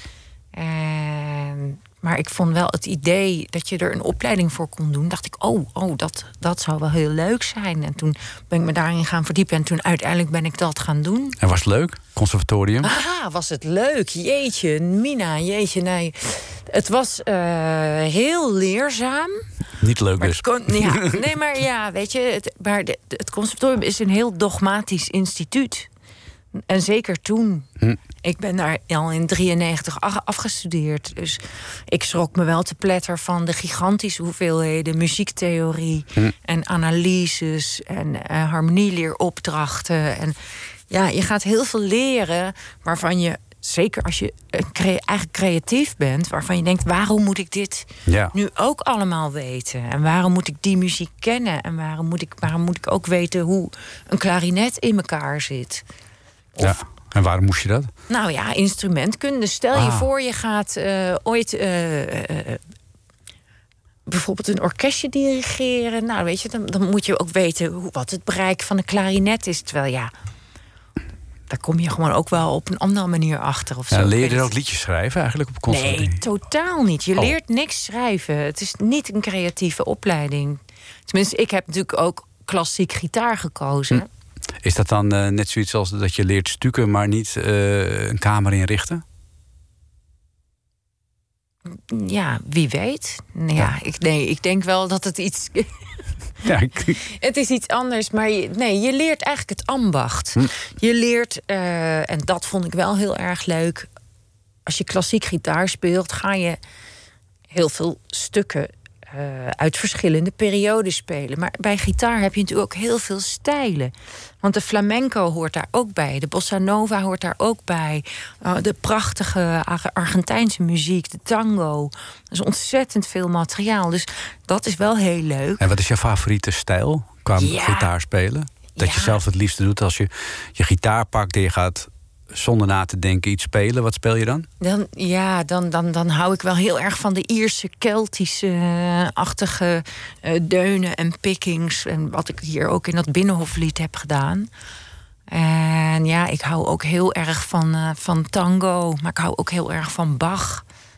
En, maar ik vond wel het idee dat je er een opleiding voor kon doen. Dacht ik, oh, oh dat, dat zou wel heel leuk zijn. En toen ben ik me daarin gaan verdiepen. En toen uiteindelijk ben ik dat gaan doen. En was het leuk, conservatorium? Ah, was het leuk. Jeetje, Mina, jeetje, nee. Het was uh, heel leerzaam. Niet leuk Maar dus. het kon, ja, nee, maar ja, weet je, het, maar de, het conservatorium is een heel dogmatisch instituut. En zeker toen. Hm. Ik ben daar al in drieënnegentig afgestudeerd. Dus ik schrok me wel te pletter van de gigantische hoeveelheden muziektheorie Hm. en analyses en uh, harmonieleeropdrachten. En ja, je gaat heel veel leren waarvan je, zeker als je uh, cre- eigenlijk creatief bent, waarvan je denkt, waarom moet ik dit Ja. nu ook allemaal weten? En waarom moet ik die muziek kennen? En waarom moet ik, waarom moet ik ook weten hoe een klarinet in elkaar zit? Of, Ja. En waarom moest je dat? nou ja, instrumentkunde. Stel je Ah. voor, je gaat uh, ooit uh, uh, bijvoorbeeld een orkestje dirigeren. Nou, weet je, dan, dan moet je ook weten hoe, wat het bereik van een klarinet is. Terwijl ja, daar kom je gewoon ook wel op een andere manier achter. Of zo. Ja, Ik leer je weet er het. ook liedjes schrijven eigenlijk op conservatorium? Nee, totaal niet. Je Oh. leert niks schrijven. Het is niet een creatieve opleiding. Tenminste, ik heb natuurlijk ook klassiek gitaar gekozen. Hm. Is dat dan uh, net zoiets als dat je leert stukken, maar niet uh, een kamer inrichten? Ja, wie weet. Ja, ja. Ik, nee, ik denk wel dat het iets... Ja, ik... Het is iets anders, maar je, nee, je leert eigenlijk het ambacht. Hm. Je leert, uh, en dat vond ik wel heel erg leuk... als je klassiek gitaar speelt, ga je heel veel stukken... Uh, uit verschillende perioden spelen. Maar bij gitaar heb je natuurlijk ook heel veel stijlen. Want de flamenco hoort daar ook bij. De bossa nova hoort daar ook bij. Uh, de prachtige Argentijnse muziek, de tango. Er is ontzettend veel materiaal. Dus dat is wel heel leuk. En wat is jouw favoriete stijl qua Ja. gitaar spelen? Dat Ja. je zelf het liefste doet als je je gitaar pakt en je gaat zonder na te denken iets spelen. Wat speel je dan? Dan, ja, dan, dan, dan hou ik wel heel erg van de Ierse, Keltische-achtige uh, deunen en pickings. En wat ik hier ook in dat Binnenhoflied heb gedaan. En ja, ik hou ook heel erg van, uh, van tango. Maar ik hou ook heel erg van Bach.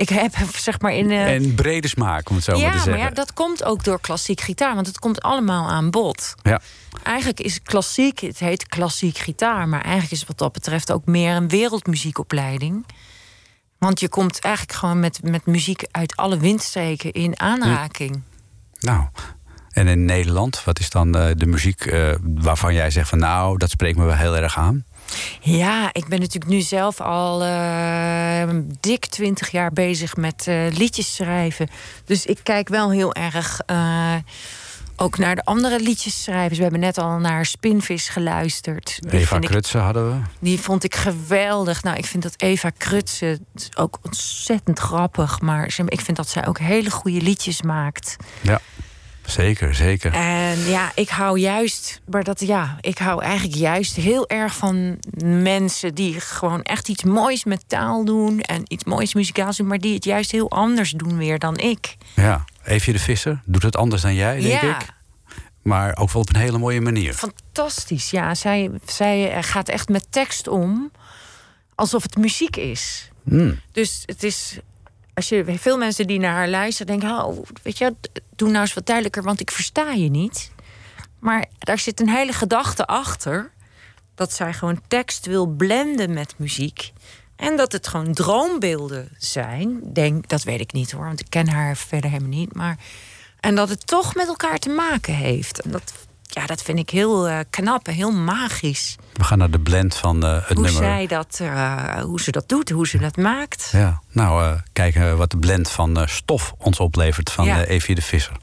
ik heb zeg maar in... Uh... En brede smaak, om het zo ja, maar te zeggen. Maar ja, dat komt ook door klassiek gitaar. Want het komt allemaal aan bod. Ja. Eigenlijk is klassiek, het heet klassiek gitaar... maar eigenlijk is het wat dat betreft ook meer een wereldmuziekopleiding. Want je komt eigenlijk gewoon met, met muziek uit alle windstreken in aanraking. Hm. Nou, en in Nederland, wat is dan uh, de muziek uh, waarvan jij zegt van... nou, dat spreekt me wel heel erg aan? Ja, ik ben natuurlijk nu zelf al uh, dik twintig jaar bezig met uh, liedjes schrijven. Dus ik kijk wel heel erg uh, ook naar de andere liedjesschrijvers. We hebben net al naar Spinvis geluisterd. Die Eva Krutse hadden we. Die vond ik geweldig. Nou, ik vind dat Eva Krutse ook ontzettend grappig. Maar ik vind dat zij ook hele goede liedjes maakt. Ja. Zeker, zeker. En ja, ik hou juist, maar dat ja, ik hou eigenlijk juist heel erg van mensen die gewoon echt iets moois met taal doen en iets moois muzikaals doen, maar die het juist heel anders doen weer dan ik. Ja, Eefje de Visser doet het anders dan jij, denk ja. ik. Maar ook wel op een hele mooie manier. Fantastisch, ja. Zij, zij gaat echt met tekst om alsof het muziek is. Mm. Dus het is... Als je veel mensen die naar haar luisteren denken... Oh, weet je, doe nou eens wat duidelijker, want ik versta je niet. Maar daar zit een hele gedachte achter... dat zij gewoon tekst wil blenden met muziek. En dat het gewoon droombeelden zijn. Denk, dat weet ik niet hoor, want ik ken haar verder helemaal niet. Maar, en dat het toch met elkaar te maken heeft. En dat, ja, dat vind ik heel uh, knap en heel magisch. We gaan naar de blend van uh, het hoe nummer. Zij dat, uh, hoe ze dat doet, hoe ze dat maakt. Ja, nou, uh, kijken wat de blend van uh, Stof ons oplevert van ja. uh, Eefje de Visser.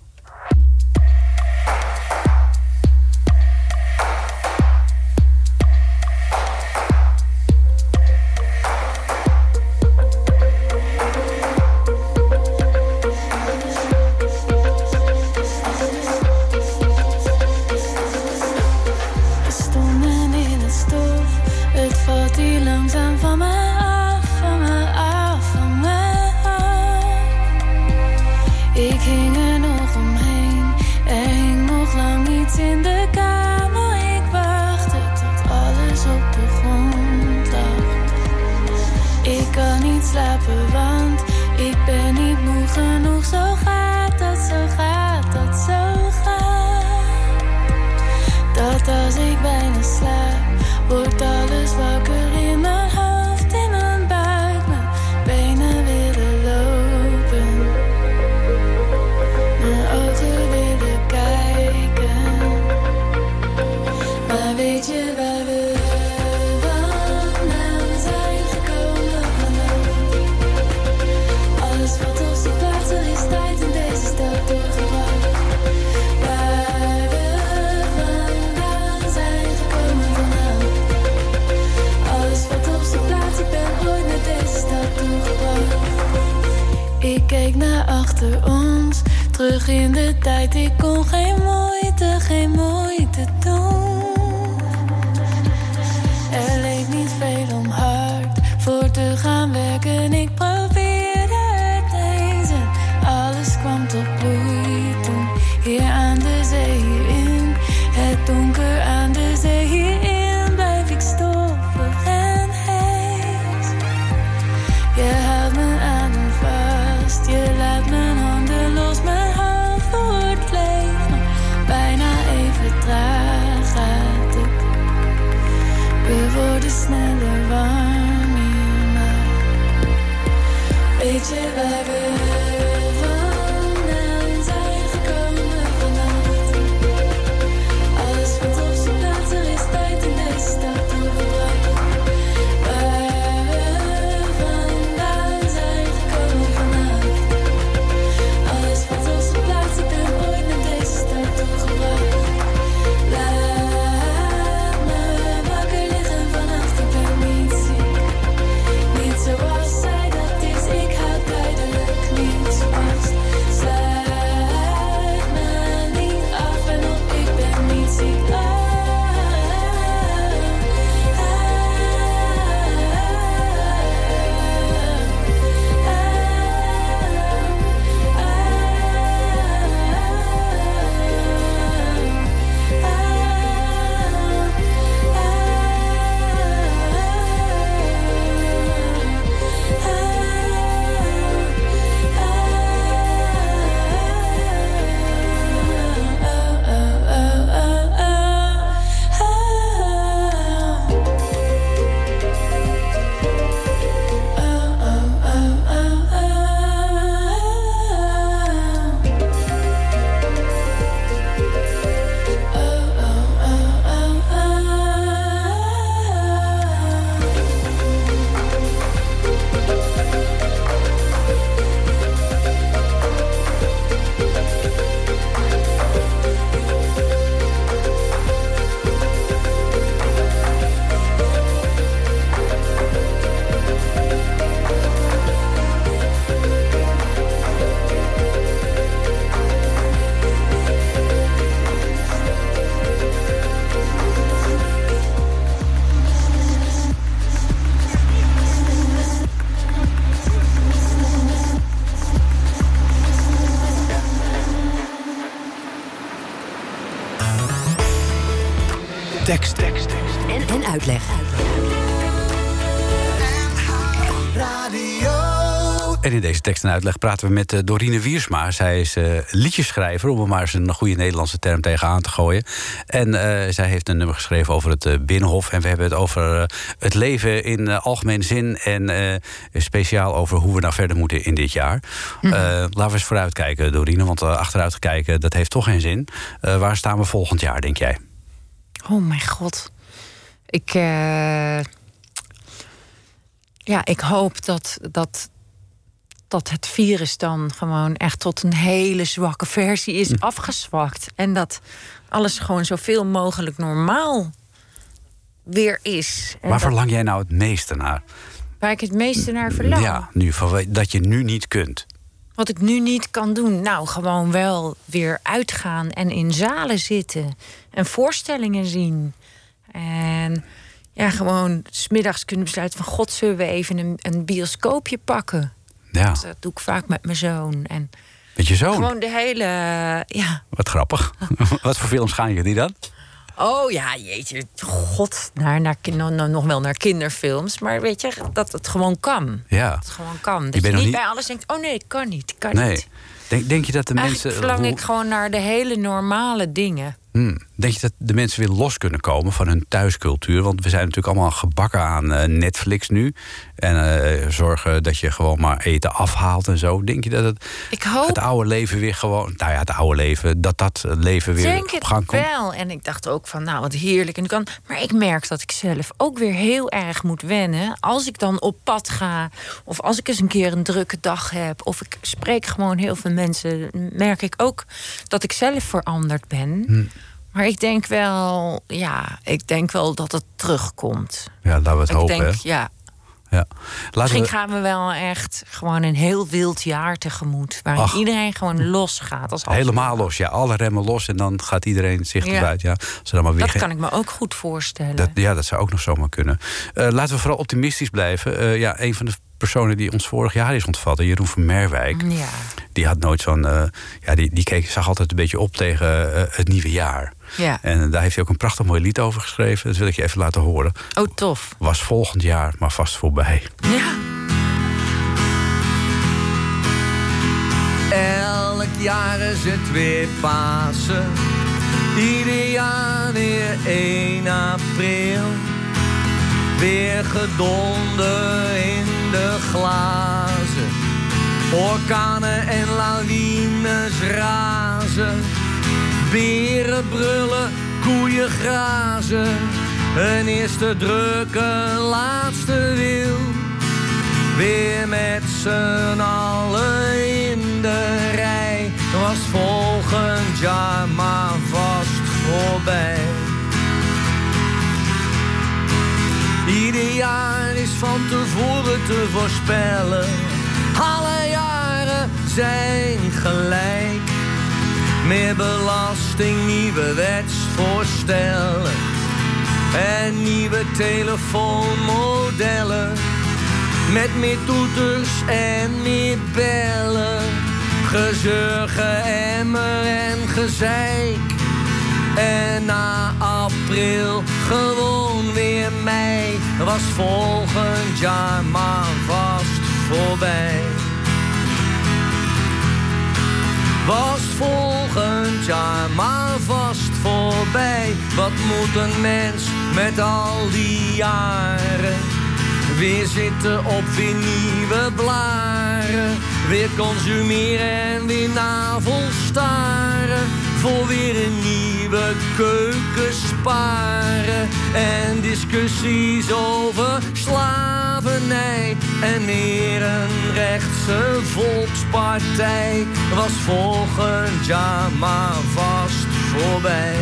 Slapen, want ik ben niet moe genoeg. Zo gaat dat, zo gaat dat, zo gaat. Dat als ik bijna slaap, wordt alles wakker in mijn hoofd, in mijn buik. Mijn benen willen lopen, mijn ogen willen kijken. Maar weet je waar we ik keek naar achter ons, terug in de tijd. Ik kon geen moeite, geen moeite doen. Er leek niet veel om hard voor te gaan werken. Ik probeerde het eens en alles kwam tot bloei toen. Hier aan de zee, hierin, het donker aan de zee, hierin blijf ik stoffig en heet. Je houdt me aan en vast, je laat mijn handen los, mijn hoofd wordt leeg, maar bijna even traag gaat het. We worden sneller warm hier, maar weet je waar we vandaan zijn gekomen vannacht? Alles wat op zijn plaats, er is tijd in deze stad doorgebracht. Waar we vandaan zijn gekomen vannacht. Alles wat op zijn plaats, ik ben ooit naar deze stad doorgebracht. Laat me wakker liggen vannacht, ik ben niet ziek. Niet zoals zij dat is, ik houd duidelijk niets van. Tekst, tekst, tekst. En, en uitleg. En in deze tekst en uitleg praten we met uh, Dorine Wiersma. Zij is uh, liedjesschrijver, om er maar eens een goede Nederlandse term tegenaan te gooien. En uh, zij heeft een nummer geschreven over het uh, Binnenhof. En we hebben het over uh, het leven in uh, algemene zin. En uh, speciaal over hoe we nou verder moeten in dit jaar. Mm. Uh, laten we eens vooruit kijken, Dorine. Want uh, achteruit kijken, dat heeft toch geen zin. Uh, waar staan we volgend jaar, denk jij? Oh mijn god. Ik... Uh... Ja, ik hoop dat... dat dat het virus dan gewoon echt tot een hele zwakke versie is afgezwakt. En dat alles gewoon zoveel mogelijk normaal weer is. En Waar dat, verlang jij nou het meeste naar? Waar ik het meeste naar verlang? Ja, nu, van, dat je nu niet kunt. Wat ik nu niet kan doen? Nou, gewoon wel weer uitgaan en in zalen zitten. En voorstellingen zien. En ja, gewoon 's middags kunnen besluiten van... God, zullen we even een, een bioscoopje pakken? Ja. Dat doe ik vaak met mijn zoon. En met je zoon? Gewoon de hele... Ja. Wat grappig. Wat voor films gaan jullie dan? Oh ja, jeetje. God, naar, naar, no, nog wel naar kinderfilms. Maar weet je, dat het gewoon kan. Ja. Dat het gewoon kan. Dat je, je, je niet, niet bij alles denkt, oh nee, het kan niet. Kan nee. niet. Denk, denk je dat de Eigenlijk mensen... verlang hoe... ik gewoon naar de hele normale dingen. Hmm. Denk je dat de mensen weer los kunnen komen van hun thuiscultuur? Want we zijn natuurlijk allemaal gebakken aan uh, Netflix nu. En uh, zorgen dat je gewoon maar eten afhaalt en zo. Denk je dat het, ik hoop... het oude leven weer gewoon... Nou ja, het oude leven, dat dat leven weer denk op gang komt? Ik wel. En ik dacht ook van, nou, wat heerlijk. En kan... Maar ik merk dat ik zelf ook weer heel erg moet wennen. Als ik dan op pad ga. Of als ik eens een keer een drukke dag heb. Of ik spreek gewoon heel veel mensen. Merk ik ook dat ik zelf veranderd ben. Hmm. Maar ik denk wel, ja, ik denk wel dat het terugkomt. Ja, laten we het ik hopen, denk, hè? Ja. Ja. Misschien we... gaan we wel echt gewoon een heel wild jaar tegemoet. Waarin Ach. iedereen gewoon los gaat. Als Helemaal los, ja. Alle remmen los en dan gaat iedereen zich ja. eruit. Ja. Dan maar weer dat geen... kan ik me ook goed voorstellen. Dat, ja, dat zou ook nog zomaar kunnen. Uh, laten we vooral optimistisch blijven. Uh, ja, een van de personen die ons vorig jaar is ontvallen, Jeroen van Merwijk. Ja. Die had nooit zo'n... Uh, ja, die, die keek, zag altijd een beetje op tegen uh, het nieuwe jaar. Ja. En daar heeft hij ook een prachtig mooi lied over geschreven. Dat wil ik je even laten horen. Oh, tof. Was volgend jaar maar vast voorbij. Ja. Elk jaar is het weer Pasen. Ieder jaar weer één april. Weer gedonder in de glazen. Orkanen en lawines razen. Beren brullen, koeien grazen. Een eerste druk, een laatste wil. Weer met z'n allen in de rij. Was volgend jaar maar vast voorbij. Ieder jaar is van tevoren te voorspellen. Alle jaren zijn gelijk. Meer belasting, nieuwe wetsvoorstellen. En nieuwe telefoonmodellen. Met meer toeters en meer bellen. Gezeur, geëmmer en gezeik. En na april gewoon weer mei. Was volgend jaar maar vast voorbij. Was volgend jaar maar vast voorbij. Wat moet een mens met al die jaren? Weer zitten op weer nieuwe blaren. Weer consumeren en weer navelstaren. Voor weer een nieuwe keuken sparen. En discussies over slavernij. En weer een rechtse volkspartij. Was volgend jaar maar vast voorbij.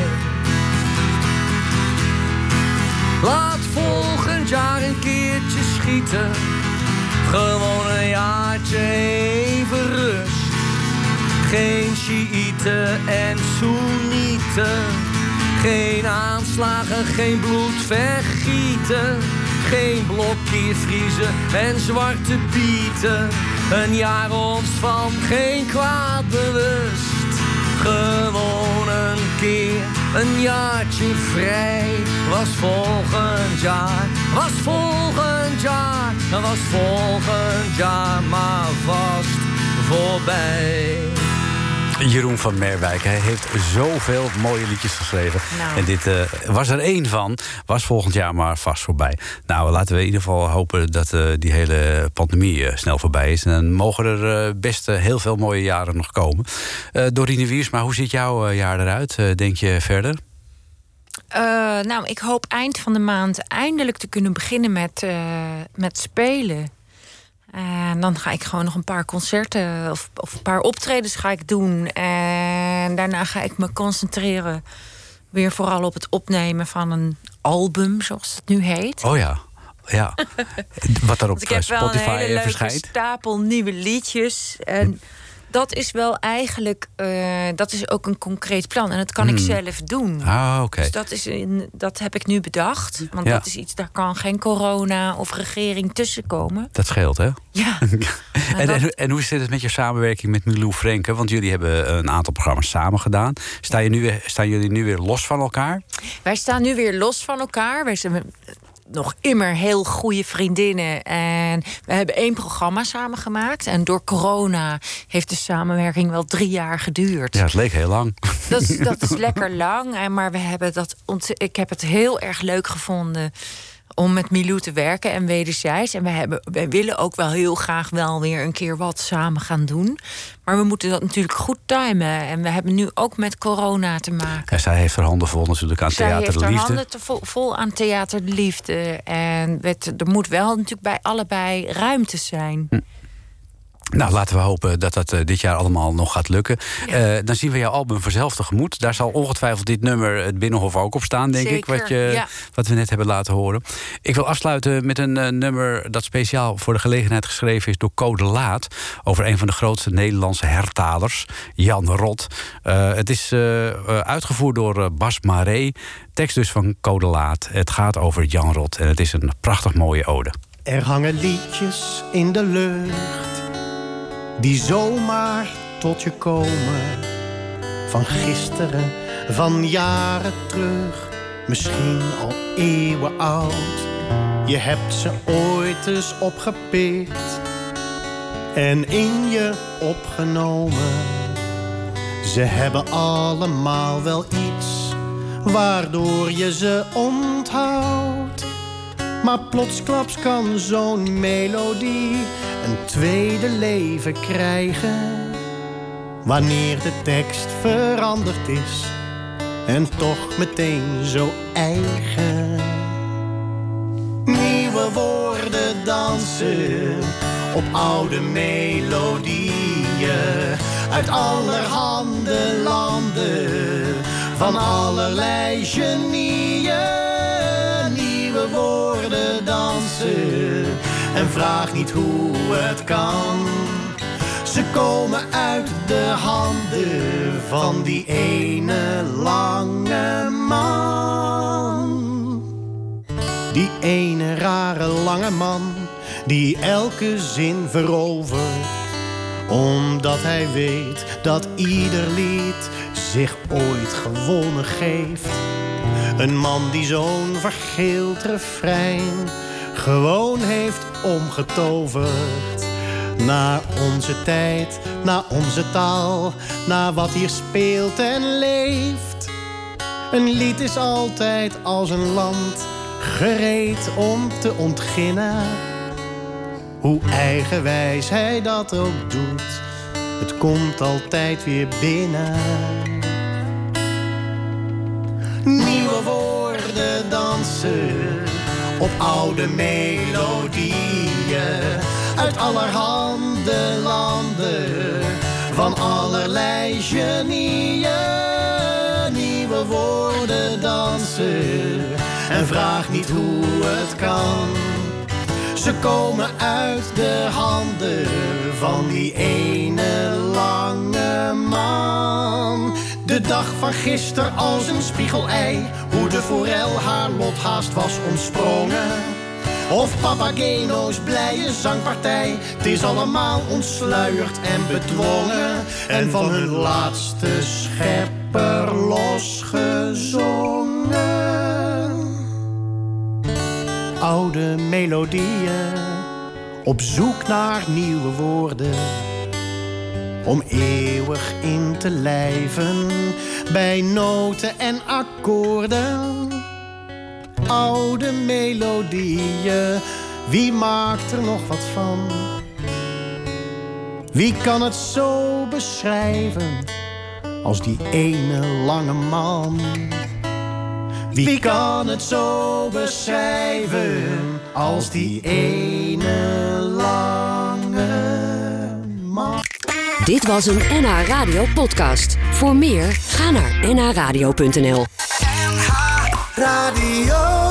Laat volgend jaar een keertje schieten. Gewoon een jaartje even rust. Geen Sjiïten en Soenieten. Geen aanslagen, geen bloed vergieten. Geen blokkeervriezen en zwarte pieten. Een jaar ons van geen kwaad bewust. Gewoon een keer Een jaartje vrij was volgend jaar, was volgend jaar, was volgend jaar maar vast voorbij. Jeroen van Merwijk, hij heeft zoveel mooie liedjes geschreven. Nou. En dit uh, was er één van, was volgend jaar maar vast voorbij. Nou, laten we in ieder geval hopen dat uh, die hele pandemie uh, snel voorbij is. En dan mogen er uh, best uh, heel veel mooie jaren nog komen. Uh, Dorine Wiersma, hoe ziet jouw uh, jaar eruit, uh, denk je verder? Uh, nou, ik hoop eind van de maand eindelijk te kunnen beginnen met, uh, met spelen. En dan ga ik gewoon nog een paar concerten of, of een paar optredens ga ik doen. En daarna ga ik me concentreren weer vooral op het opnemen van een album, zoals het nu heet. Oh ja, ja. Wat er op ik heb Spotify wel een hele leuke verschijnt. stapel nieuwe liedjes. En dat is wel eigenlijk, uh, dat is ook een concreet plan. En dat kan Hmm. ik zelf doen. Ah, oké. Okay. Dus dat, is in, dat heb ik nu bedacht. Want Ja. dat is iets, daar kan geen corona of regering tussenkomen. Dat scheelt, hè? Ja. en, dat... en, en hoe zit het met je samenwerking met Milou Frenke? Want jullie hebben een aantal programma's samen gedaan. Sta je nu weer, staan jullie nu weer los van elkaar? Wij staan nu weer los van elkaar. Wij zijn nog immer heel goede vriendinnen. En we hebben één programma samen gemaakt. En door corona heeft de samenwerking wel drie jaar geduurd. Ja, het leek heel lang. Dat is, dat is lekker lang. En maar we hebben dat ont- ik heb het heel erg leuk gevonden om met Milou te werken en wederzijds. En we hebben, wij willen ook wel heel graag wel weer een keer wat samen gaan doen. Maar we moeten dat natuurlijk goed timen. En we hebben nu ook met corona te maken. Ja, zij heeft haar handen vol natuurlijk aan Zij Theater heeft de haar Liefde. handen te vol, vol aan Theater de Liefde. En het, er moet wel natuurlijk bij allebei ruimte zijn. Hm. Nou, laten we hopen dat dat uh, dit jaar allemaal nog gaat lukken. Ja. Uh, dan zien we jouw album vanzelf tegemoet. Daar zal ongetwijfeld dit nummer, het Binnenhof, ook op staan, denk Zeker, ik. Wat, je, ja. wat we net hebben laten horen. Ik wil afsluiten met een uh, nummer dat speciaal voor de gelegenheid geschreven is door Code Laat. Over een van de grootste Nederlandse hertalers, Jan Rot. Uh, het is uh, uh, uitgevoerd door uh, Bas Maré. Tekst dus van Code Laat. Het gaat over Jan Rot en het is een prachtig mooie ode. Er hangen liedjes in de lucht die zomaar tot je komen. Van gisteren, van jaren terug, misschien al eeuwen oud. Je hebt ze ooit eens opgepikt en in je opgenomen. Ze hebben allemaal wel iets waardoor je ze onthoudt. Maar plotsklaps kan zo'n melodie een tweede leven krijgen. Wanneer de tekst veranderd is en toch meteen zo eigen. Nieuwe woorden dansen op oude melodieën. Uit allerhande landen, van allerlei genieën. Nieuwe woorden dansen en vraag niet hoe het kan. Ze komen uit de handen van die ene lange man. Die ene rare lange man die elke zin verovert, omdat hij weet dat ieder lied zich ooit gewonnen geeft. Een man die zo'n vergeeld refrein gewoon heeft omgetoverd. Naar onze tijd, naar onze taal, naar wat hier speelt en leeft. Een lied is altijd als een land gereed om te ontginnen. Hoe eigenwijs hij dat ook doet, het komt altijd weer binnen. Nieuwe woorden dansen op oude melodieën. Uit allerhande landen, van allerlei genieën. Nieuwe woorden dansen en vraag niet hoe het kan. Ze komen uit de handen van die ene lange man. De dag van gisteren als een spiegelei, hoe de forel haar lot haast was ontsprongen. Of Papageno's blije zangpartij, het is allemaal ontsluierd en bedwongen. En van hun laatste schep heb er losgezongen. Oude melodieën, op zoek naar nieuwe woorden, om eeuwig in te lijven bij noten en akkoorden. Oude melodieën, wie maakt er nog wat van? Wie kan het zo beschrijven als die ene lange man? Wie kan het zo beschrijven als die ene lange man? Dit was een N H Radio podcast. Voor meer, ga naar n h radio punt n l. Radio.